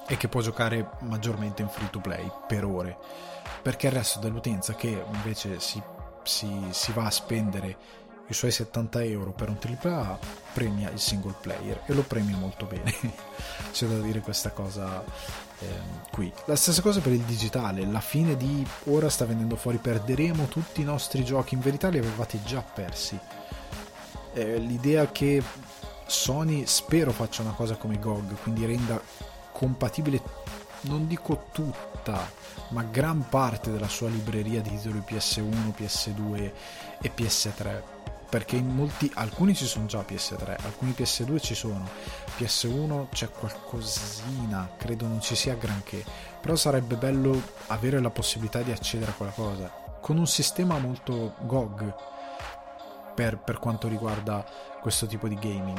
e che può giocare maggiormente in free to play per ore, perché il resto dell'utenza che invece si, si, si va a spendere i suoi settanta euro per un tripla A premia il single player e lo premia molto bene. C'è da dire questa cosa ehm, qui. La stessa cosa per il digitale, la fine di ora sta venendo fuori, perderemo tutti i nostri giochi, in verità li avevate già persi. Eh, l'idea che Sony spero faccia una cosa come G O G, quindi renda compatibile, non dico tutta, ma gran parte della sua libreria di titoli P S uno, P S due e P S tre, perché in molti, alcuni ci sono già P S tre, alcuni P S due ci sono, P S uno c'è qualcosina, credo non ci sia granché, però sarebbe bello avere la possibilità di accedere a quella cosa con un sistema molto G O G per, per quanto riguarda questo tipo di gaming,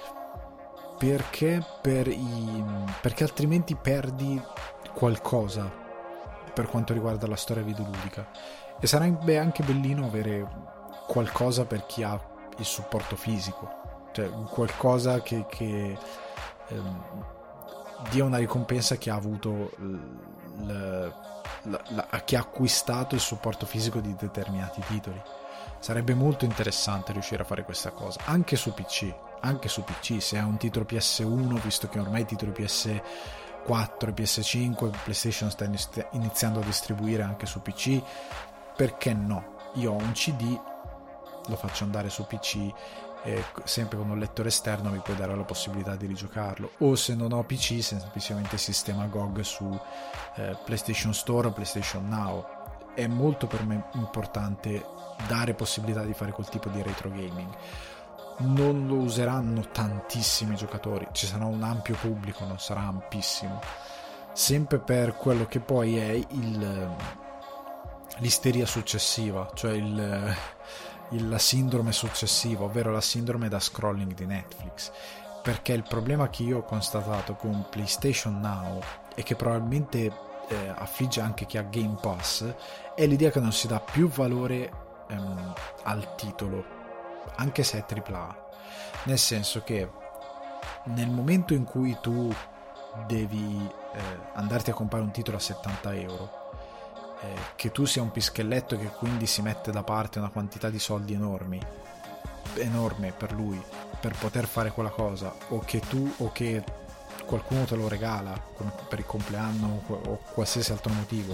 perché per i, perché altrimenti perdi qualcosa per quanto riguarda la storia videoludica, e sarebbe anche bellino avere qualcosa per chi ha il supporto fisico, cioè qualcosa che, che ehm, dia una ricompensa a chi ha avuto l, l, la, la, a chi ha acquistato il supporto fisico di determinati titoli. Sarebbe molto interessante riuscire a fare questa cosa anche su P C, anche su P C, se ha un titolo P S uno, visto che ormai i titoli P S quattro e P S cinque PlayStation sta iniziando a distribuire anche su P C, perché no? Io ho un C D, lo faccio andare su P C e sempre con un lettore esterno mi puoi dare la possibilità di rigiocarlo, o se non ho P C semplicemente sistema G O G su eh, PlayStation Store o PlayStation Now. È molto per me importante dare possibilità di fare quel tipo di retro gaming. Non lo useranno tantissimi giocatori, ci sarà un ampio pubblico, non sarà ampissimo, sempre per quello che poi è il l'isteria successiva, cioè il la sindrome successiva, ovvero la sindrome da scrolling di Netflix, perché il problema che io ho constatato con PlayStation Now e che probabilmente eh, affligge anche chi ha Game Pass è l'idea che non si dà più valore ehm, al titolo, anche se è tripla A, nel senso che nel momento in cui tu devi eh, andarti a comprare un titolo a settanta euro, Eh, che tu sia un pischelletto che quindi si mette da parte una quantità di soldi enormi enorme per lui per poter fare quella cosa, o che tu o che qualcuno te lo regala come per il compleanno o qualsiasi altro motivo,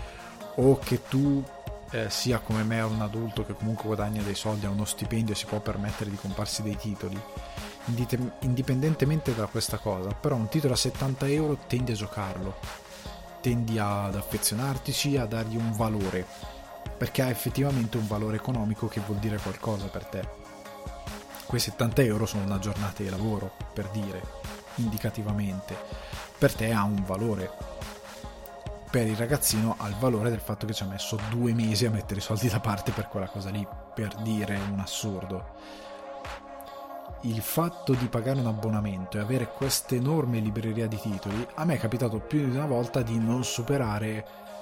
o che tu eh, sia come me un adulto che comunque guadagna dei soldi, ha uno stipendio e si può permettere di comprarsi dei titoli, indipendentemente da questa cosa, però un titolo a settanta euro tendi a giocarlo, tendi ad affezionartici, a dargli un valore, perché ha effettivamente un valore economico che vuol dire qualcosa per te. Quei settanta euro sono una giornata di lavoro, per dire, indicativamente, per te ha un valore, per il ragazzino ha il valore del fatto che ci ha messo due mesi a mettere i soldi da parte per quella cosa lì, per dire un assurdo. Il fatto di pagare un abbonamento e avere questa enorme libreria di titoli, a me è capitato più di una volta di non superare,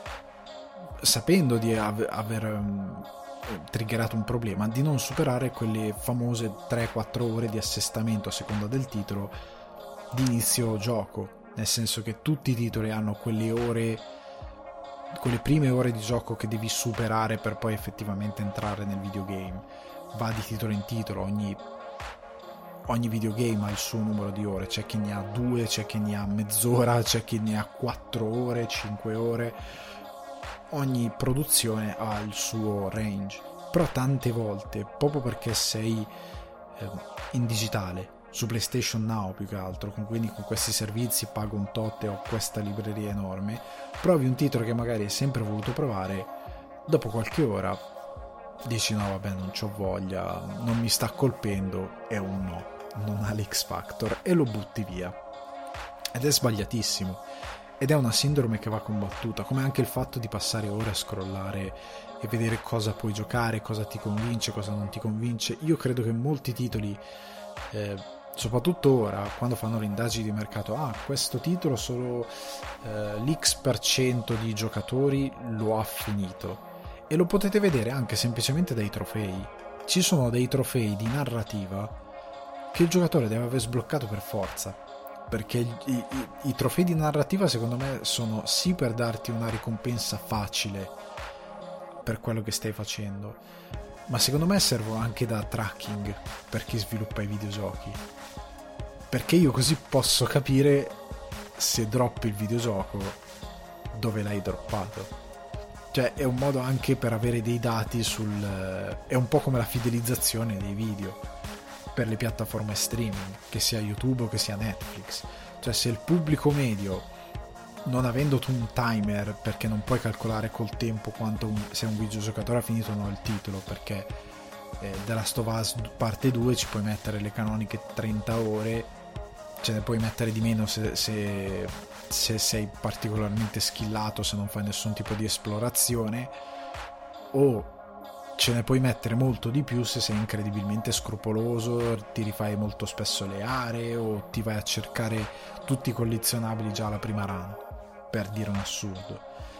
sapendo di av- aver um, triggerato un problema, di non superare quelle famose tre quattro ore di assestamento a seconda del titolo di inizio gioco, nel senso che tutti i titoli hanno quelle ore, quelle prime ore di gioco che devi superare per poi effettivamente entrare nel videogame. Va di titolo in titolo, ogni ogni videogame ha il suo numero di ore, c'è chi ne ha due, c'è chi ne ha mezz'ora, c'è chi ne ha quattro ore, cinque ore, ogni produzione ha il suo range, però tante volte, proprio perché sei eh, in digitale, su PlayStation Now più che altro, con, quindi con questi servizi pago un tot e ho questa libreria enorme, provi un titolo che magari hai sempre voluto provare, dopo qualche ora dici no vabbè non c'ho voglia, non mi sta colpendo, è un no, non ha l'X Factor e lo butti via, ed è sbagliatissimo, ed è una sindrome che va combattuta, come anche il fatto di passare ore a scrollare e vedere cosa puoi giocare, cosa ti convince, cosa non ti convince. Io credo che molti titoli eh, soprattutto ora quando fanno le indagini di mercato, ah questo titolo solo eh, l'X per cento di giocatori lo ha finito, e lo potete vedere anche semplicemente dai trofei. Ci sono dei trofei di narrativa che il giocatore deve aver sbloccato per forza perché i, i, i trofei di narrativa secondo me sono sì per darti una ricompensa facile per quello che stai facendo, ma secondo me servono anche da tracking per chi sviluppa i videogiochi, perché io così posso capire se droppi il videogioco dove l'hai droppato. Cioè è un modo anche per avere dei dati sul... è un po' come la fidelizzazione dei video per le piattaforme streaming, che sia YouTube o che sia Netflix. Cioè se il pubblico medio, non avendo tu un timer, perché non puoi calcolare col tempo quanto un, se un videogiocatore ha finito o no il titolo, perché eh, The Last of Us parte due ci puoi mettere le canoniche trenta ore, ce ne puoi mettere di meno se, se, se sei particolarmente skillato, se non fai nessun tipo di esplorazione, o ce ne puoi mettere molto di più se sei incredibilmente scrupoloso, ti rifai molto spesso le aree o ti vai a cercare tutti i collezionabili già alla prima run, per dire un assurdo.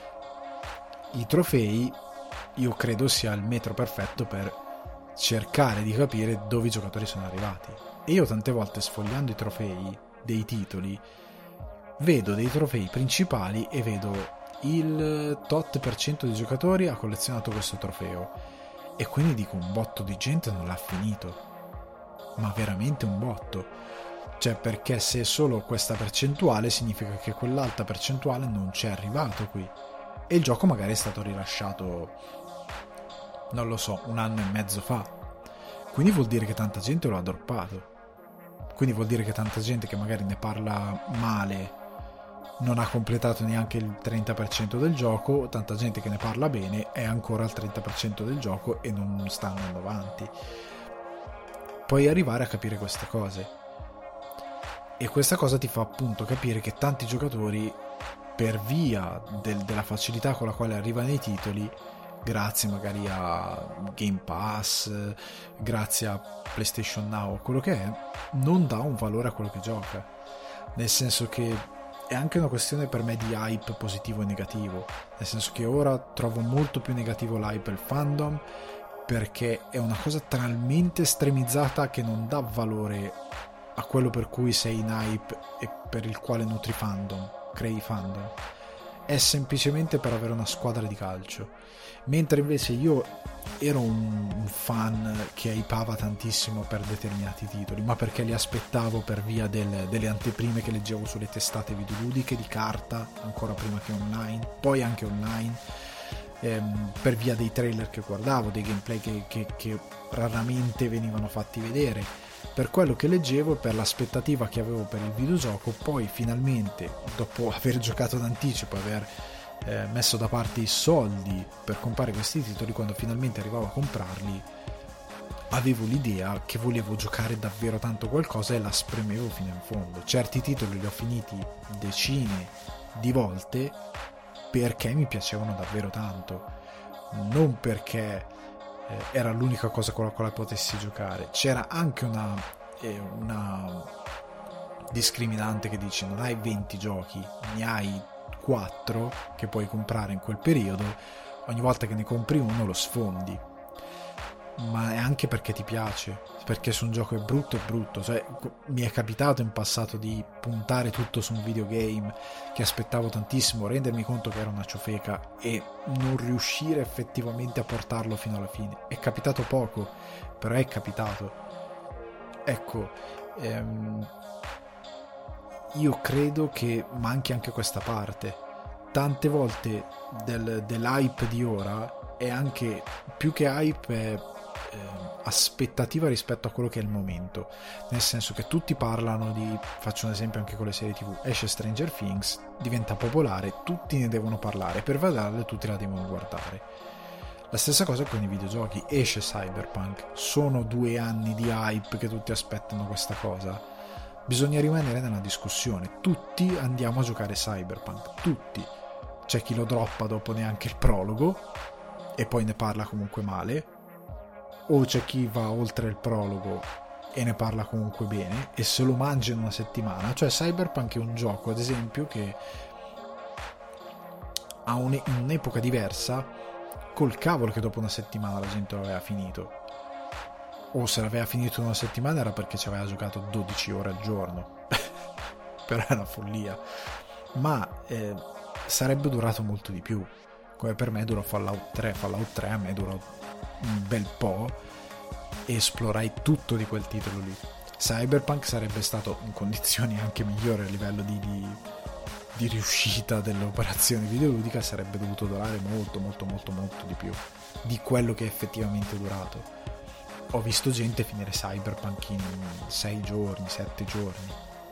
I trofei io credo sia il metro perfetto per cercare di capire dove i giocatori sono arrivati, e io tante volte sfogliando i trofei dei titoli vedo dei trofei principali e vedo il tot per cento dei giocatori ha collezionato questo trofeo, e quindi dico un botto di gente non l'ha finito, ma veramente un botto. Cioè, perché se è solo questa percentuale significa che quell'alta percentuale non c'è arrivato qui, e il gioco magari è stato rilasciato, non lo so, un anno e mezzo fa, quindi vuol dire che tanta gente lo ha droppato, quindi vuol dire che tanta gente che magari ne parla male non ha completato neanche il trenta per cento del gioco, tanta gente che ne parla bene è ancora al trenta per cento del gioco e non sta andando avanti. Puoi arrivare a capire queste cose, e questa cosa ti fa appunto capire che tanti giocatori, per via del, della facilità con la quale arrivano i titoli, grazie magari a Game Pass, grazie a PlayStation Now, quello che è, non dà un valore a quello che gioca, nel senso che è anche una questione per me di hype positivo e negativo, nel senso che ora trovo molto più negativo l'hype e il fandom, perché è una cosa talmente estremizzata che non dà valore a quello per cui sei in hype e per il quale nutri fandom, crei fandom. È semplicemente per avere una squadra di calcio, mentre invece io ero un, un fan che hypava tantissimo per determinati titoli, ma perché li aspettavo per via del, delle anteprime che leggevo sulle testate videoludiche di carta, ancora prima che online, poi anche online, ehm, per via dei trailer che guardavo, dei gameplay che, che, che raramente venivano fatti vedere, per quello che leggevo, per l'aspettativa che avevo per il videogioco. Poi finalmente, dopo aver giocato d'anticipo, aver eh, messo da parte i soldi per comprare questi titoli, quando finalmente arrivavo a comprarli avevo l'idea che volevo giocare davvero tanto qualcosa e la spremevo fino in fondo. Certi titoli li ho finiti decine di volte perché mi piacevano davvero tanto, non perché eh, era l'unica cosa con la quale potessi giocare. C'era anche una, eh, una discriminante che dice: non hai venti giochi, ne hai quattro che puoi comprare in quel periodo, ogni volta che ne compri uno lo sfondi, ma è anche perché ti piace, perché se un gioco è brutto è brutto. Cioè, mi è capitato in passato di puntare tutto su un videogame che aspettavo tantissimo, rendermi conto che era una ciofeca e non riuscire effettivamente a portarlo fino alla fine. È capitato poco, però è capitato. Ecco, ehm, io credo che manchi anche questa parte. Tante volte del, dell'hype di ora è anche, più che hype, è eh, aspettativa rispetto a quello che è il momento, nel senso che tutti parlano di, faccio un esempio anche con le serie tv, esce Stranger Things, diventa popolare, tutti ne devono parlare, per vederla tutti la devono guardare. La stessa cosa con i videogiochi, esce Cyberpunk, sono due anni di hype che tutti aspettano questa cosa, bisogna rimanere nella discussione, tutti andiamo a giocare Cyberpunk, tutti. C'è chi lo droppa dopo neanche il prologo e poi ne parla comunque male, o c'è chi va oltre il prologo e ne parla comunque bene e se lo mangia in una settimana. Cioè Cyberpunk è un gioco, ad esempio, che a un, in un'epoca diversa, col cavolo che dopo una settimana la gente lo aveva finito, o se l'aveva finito in una settimana era perché ci aveva giocato dodici ore al giorno però è una follia. Ma eh, sarebbe durato molto di più, come per me durò Fallout tre. Fallout tre a me durò un bel po' e esplorai tutto di quel titolo lì. Cyberpunk sarebbe stato in condizioni anche migliori a livello di, di, di riuscita dell'operazione videoludica, sarebbe dovuto durare molto molto molto molto di più di quello che è effettivamente durato. Ho visto gente finire Cyberpunk in sei giorni, sette giorni,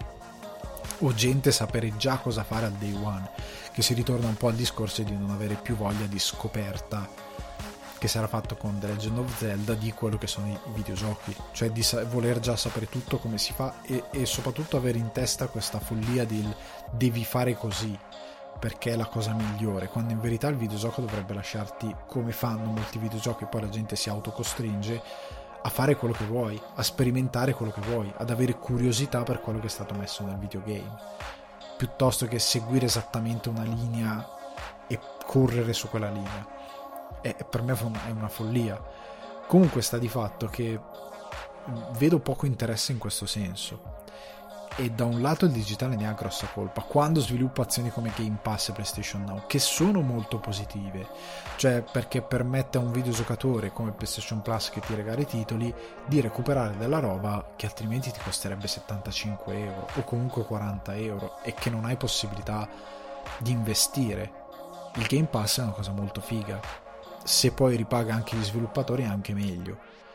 o gente sapere già cosa fare al day one, che si ritorna un po' al discorso di non avere più voglia di scoperta che si era fatto con The Legend of Zelda di quello che sono i videogiochi, cioè di sa- voler già sapere tutto come si fa e, e soprattutto avere in testa questa follia del devi fare così perché è la cosa migliore, quando in verità il videogioco dovrebbe lasciarti, come fanno molti videogiochi, poi la gente si autocostringe a fare quello che vuoi, a sperimentare quello che vuoi, ad avere curiosità per quello che è stato messo nel videogame, piuttosto che seguire esattamente una linea e correre su quella linea. E per me è una follia. Comunque sta di fatto che vedo poco interesse in questo senso, e da un lato il digitale ne ha grossa colpa quando sviluppa azioni come Game Pass e PlayStation Now, che sono molto positive, cioè perché permette a un videogiocatore come PlayStation Plus che ti regala i titoli di recuperare della roba che altrimenti ti costerebbe settantacinque euro o comunque quaranta euro e che non hai possibilità di investire. Il Game Pass è una cosa molto figa, se poi ripaga anche gli sviluppatori è anche meglio,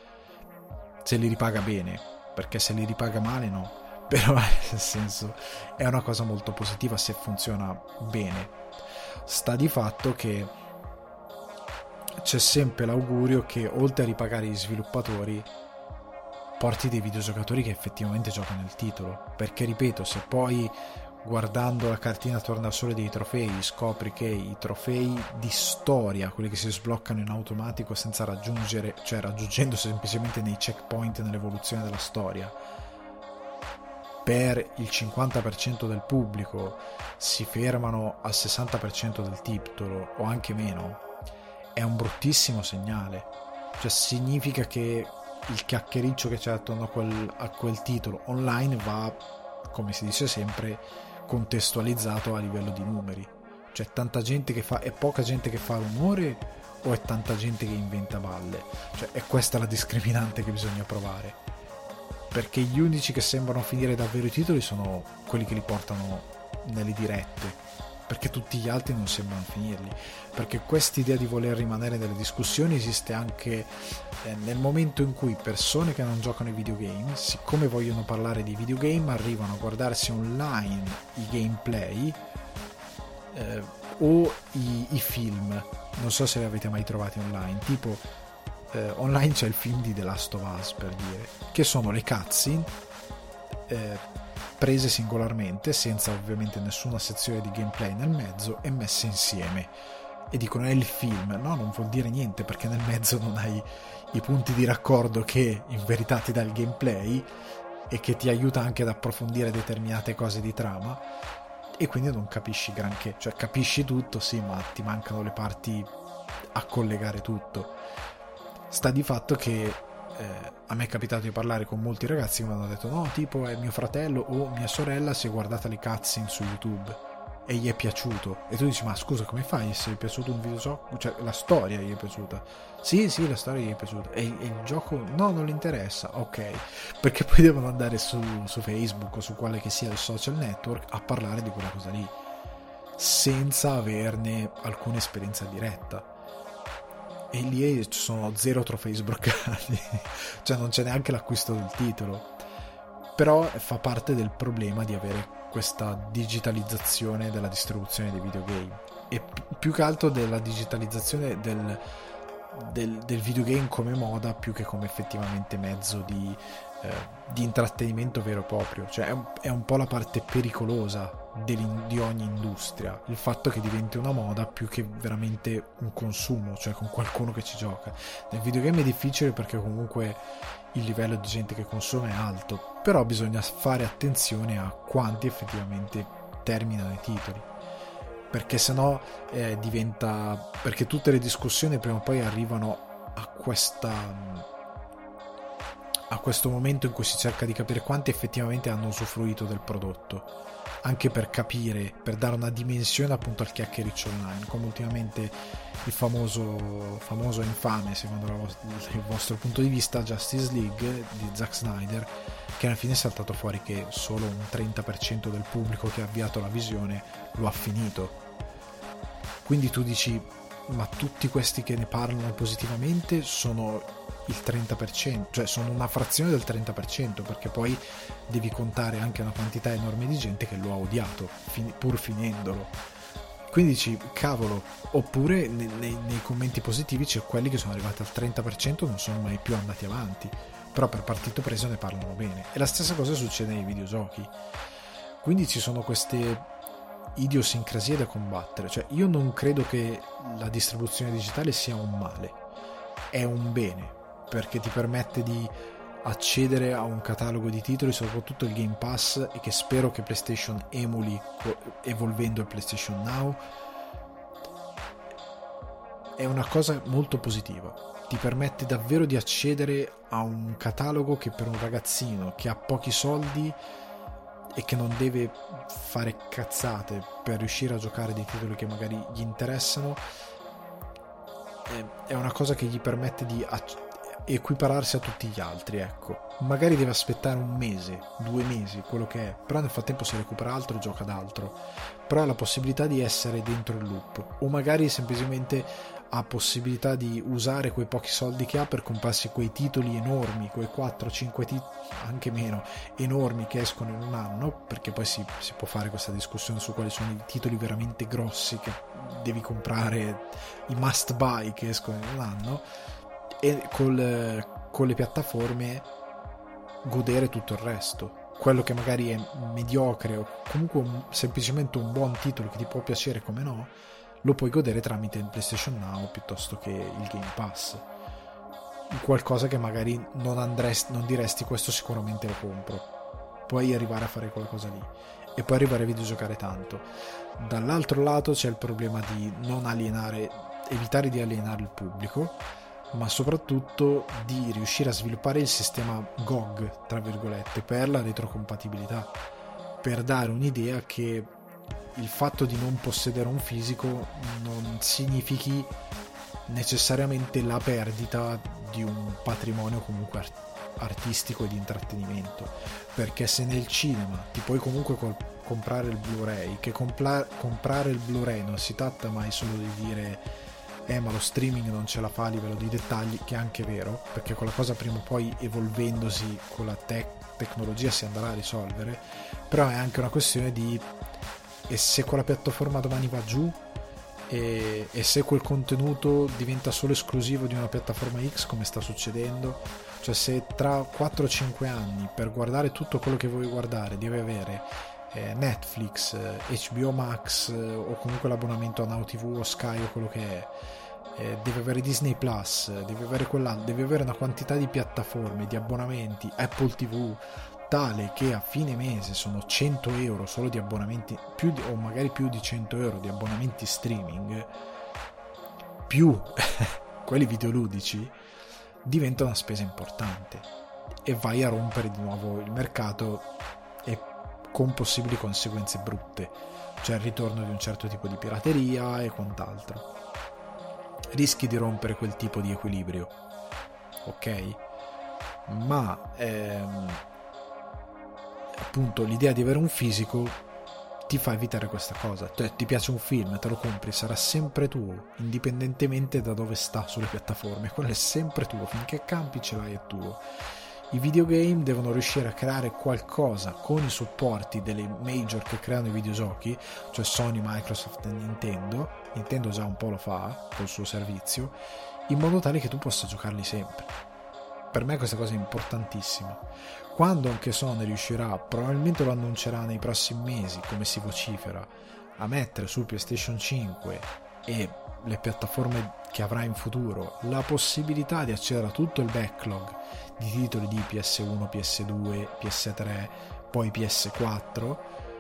se li ripaga bene, perché se li ripaga male no, però nel senso è una cosa molto positiva se funziona bene. Sta di fatto che c'è sempre l'augurio che oltre a ripagare gli sviluppatori porti dei videogiocatori che effettivamente giocano il titolo, perché ripeto, se poi guardando la cartina tornasole dei trofei scopri che i trofei di storia, quelli che si sbloccano in automatico senza raggiungere, cioè raggiungendo semplicemente nei checkpoint nell'evoluzione della storia, per il cinquanta per cento del pubblico si fermano al sessanta per cento del titolo o anche meno, è un bruttissimo segnale. Cioè significa che il chiacchiericcio che c'è attorno a quel, a quel titolo online va, come si dice sempre, contestualizzato a livello di numeri. Cioè tanta gente che fa, è poca gente che fa rumore o è tanta gente che inventa balle? Cioè è questa la discriminante che bisogna provare, perché gli unici che sembrano finire davvero i titoli sono quelli che li portano nelle dirette, perché tutti gli altri non sembrano finirli, perché quest'idea di voler rimanere nelle discussioni esiste anche eh, nel momento in cui persone che non giocano ai videogame, siccome vogliono parlare di videogame, arrivano a guardarsi online i gameplay eh, o i, i film. Non so se li avete mai trovati online, tipo eh, online c'è il film di The Last of Us, per dire, che sono le cutscene eh, prese singolarmente, senza ovviamente nessuna sezione di gameplay nel mezzo, e messe insieme, e dicono è il film. No, non vuol dire niente, perché nel mezzo non hai i punti di raccordo che in verità ti dà il gameplay e che ti aiuta anche ad approfondire determinate cose di trama, e quindi non capisci granché. Cioè capisci tutto sì, ma ti mancano le parti a collegare tutto. Sta di fatto che Eh, a me è capitato di parlare con molti ragazzi che mi hanno detto no, tipo è mio fratello o mia sorella si è guardata le cutscene su YouTube e gli è piaciuto, e tu dici ma scusa, come fai se è piaciuto un videogioco, cioè la storia gli è piaciuta? Sì sì, la storia gli è piaciuta, e, e il gioco no, non gli interessa. Ok, perché poi devono andare su, su Facebook o su quale che sia il social network a parlare di quella cosa lì senza averne alcuna esperienza diretta. E lì ci sono zero trofei sbloccati cioè non c'è neanche l'acquisto del titolo. Però fa parte del problema di avere questa digitalizzazione della distribuzione dei videogame, e più che altro della digitalizzazione del, del, del videogame come moda più che come effettivamente mezzo di, eh, di intrattenimento vero e proprio. Cioè è un, è un po' la parte pericolosa di ogni industria, il fatto che diventi una moda più che veramente un consumo, cioè con qualcuno che ci gioca. Nel videogame è difficile perché comunque il livello di gente che consuma è alto, però bisogna fare attenzione a quanti effettivamente terminano i titoli, perché sennò eh, diventa, perché tutte le discussioni prima o poi arrivano a questa a questo momento in cui si cerca di capire quanti effettivamente hanno usufruito del prodotto, anche per capire, per dare una dimensione appunto al chiacchiericcio online, come ultimamente il famoso famoso e infame, secondo la vo- il vostro punto di vista, Justice League di Zack Snyder, che alla fine è saltato fuori che solo un trenta per cento del pubblico che ha avviato la visione lo ha finito. Quindi tu dici, ma tutti questi che ne parlano positivamente sono il trenta per cento, cioè sono una frazione del trenta per cento, perché poi devi contare anche una quantità enorme di gente che lo ha odiato fin- pur finendolo. Quindi dici, cavolo, oppure nei, nei, nei commenti positivi c'è quelli che sono arrivati al trenta per cento, non sono mai più andati avanti, però per partito preso ne parlano bene. E la stessa cosa succede nei videogiochi. Quindi ci sono queste idiosincrasie da combattere. Cioè, io non credo che la distribuzione digitale sia un male, è un bene, perché ti permette di accedere a un catalogo di titoli, soprattutto il Game Pass, e che spero che PlayStation emuli evolvendo il PlayStation Now. È una cosa molto positiva, ti permette davvero di accedere a un catalogo che per un ragazzino che ha pochi soldi e che non deve fare cazzate per riuscire a giocare dei titoli che magari gli interessano, è una cosa che gli permette di equipararsi a tutti gli altri. Ecco, magari deve aspettare un mese, due mesi, quello che è, però nel frattempo si recupera altro e gioca ad altro, però ha la possibilità di essere dentro il loop, o magari semplicemente ha possibilità di usare quei pochi soldi che ha per comprarsi quei titoli enormi, quei quattro cinque titoli, anche meno, enormi che escono in un anno, perché poi si, si può fare questa discussione su quali sono i titoli veramente grossi che devi comprare, i must buy che escono in un anno, e col, con le piattaforme godere tutto il resto, quello che magari è mediocre o comunque un, semplicemente un buon titolo che ti può piacere, come no, lo puoi godere tramite il PlayStation Now piuttosto che il Game Pass, qualcosa che magari non andresti, non diresti questo sicuramente lo compro, puoi arrivare a fare qualcosa lì e poi arrivare a videogiocare tanto. Dall'altro lato c'è il problema di non alienare, evitare di alienare il pubblico, ma soprattutto di riuscire a sviluppare il sistema G O G, tra virgolette, per la retrocompatibilità, per dare un'idea che il fatto di non possedere un fisico non significhi necessariamente la perdita di un patrimonio comunque art- artistico e di intrattenimento, perché se nel cinema ti puoi comunque col- comprare il Blu-ray, che compla- comprare il Blu-ray non si tratta mai solo di dire eh ma lo streaming non ce la fa a livello di dettagli, che è anche vero, perché quella cosa prima o poi evolvendosi con la tec- tecnologia si andrà a risolvere, però è anche una questione di e se quella piattaforma domani va giù e, e se quel contenuto diventa solo esclusivo di una piattaforma X, come sta succedendo, cioè se tra quattro cinque anni per guardare tutto quello che vuoi guardare devi avere eh, Netflix, eh, H B O Max, eh, o comunque l'abbonamento a Now T V o Sky o quello che è, eh, devi avere Disney Plus, devi avere quell'anno, devi avere una quantità di piattaforme, di abbonamenti, Apple T V tale che a fine mese sono cento euro solo di abbonamenti, più di, o magari più di cento euro di abbonamenti streaming, più quelli videoludici, diventa una spesa importante e vai a rompere di nuovo il mercato, e con possibili conseguenze brutte, cioè il ritorno di un certo tipo di pirateria e quant'altro. Rischi di rompere quel tipo di equilibrio, ok? Ma ehm, appunto l'idea di avere un fisico ti fa evitare questa cosa. Cioè, ti piace un film, te lo compri, sarà sempre tuo, indipendentemente da dove sta sulle piattaforme, quello è sempre tuo, finché campi ce l'hai, è tuo. I videogame devono riuscire a creare qualcosa con i supporti delle major che creano i videogiochi, cioè Sony, Microsoft e Nintendo. Nintendo già un po' lo fa col suo servizio, in modo tale che tu possa giocarli sempre. Per me questa cosa è importantissima. Quando anche Sony riuscirà, probabilmente lo annuncerà nei prossimi mesi, come si vocifera, a mettere su PlayStation cinque e le piattaforme che avrà in futuro la possibilità di accedere a tutto il backlog di titoli di P S uno, P S due, P S tre, poi P S quattro,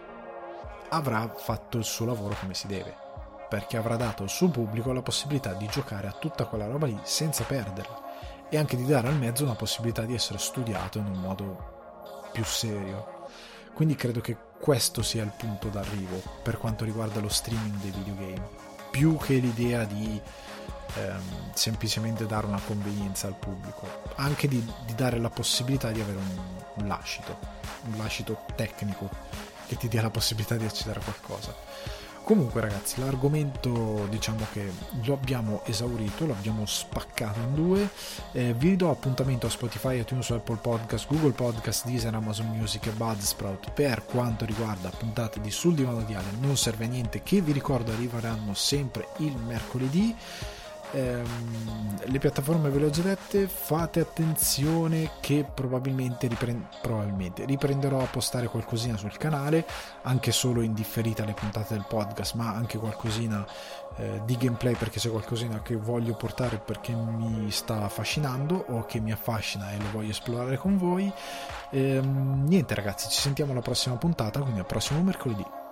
avrà fatto il suo lavoro come si deve, perché avrà dato al suo pubblico la possibilità di giocare a tutta quella roba lì senza perderla. e anche di dare al mezzo una possibilità di essere studiato in un modo più serio. Quindi credo che questo sia il punto d'arrivo per quanto riguarda lo streaming dei videogame, più che l'idea di ehm, semplicemente dare una convenienza al pubblico, anche di, di dare la possibilità di avere un, un lascito, un lascito tecnico che ti dia la possibilità di accedere a qualcosa. Comunque ragazzi, l'argomento diciamo che lo abbiamo esaurito, lo abbiamo spaccato in due. Eh, vi ridò appuntamento a Spotify, iTunes, Apple Podcast, Google Podcast, Deezer, Amazon Music e Buzzsprout per quanto riguarda puntate di Sul Divano di Ale Non Serve a Niente, che vi ricordo arriveranno sempre il mercoledì. Ehm, le piattaforme ve le ho già dette, fate attenzione che probabilmente, riprend- probabilmente riprenderò a postare qualcosina sul canale, anche solo in differita le puntate del podcast, ma anche qualcosina eh, di gameplay, perché c'è qualcosina che voglio portare perché mi sta affascinando o che mi affascina e lo voglio esplorare con voi. Ehm, niente ragazzi, ci sentiamo alla prossima puntata, quindi al prossimo mercoledì.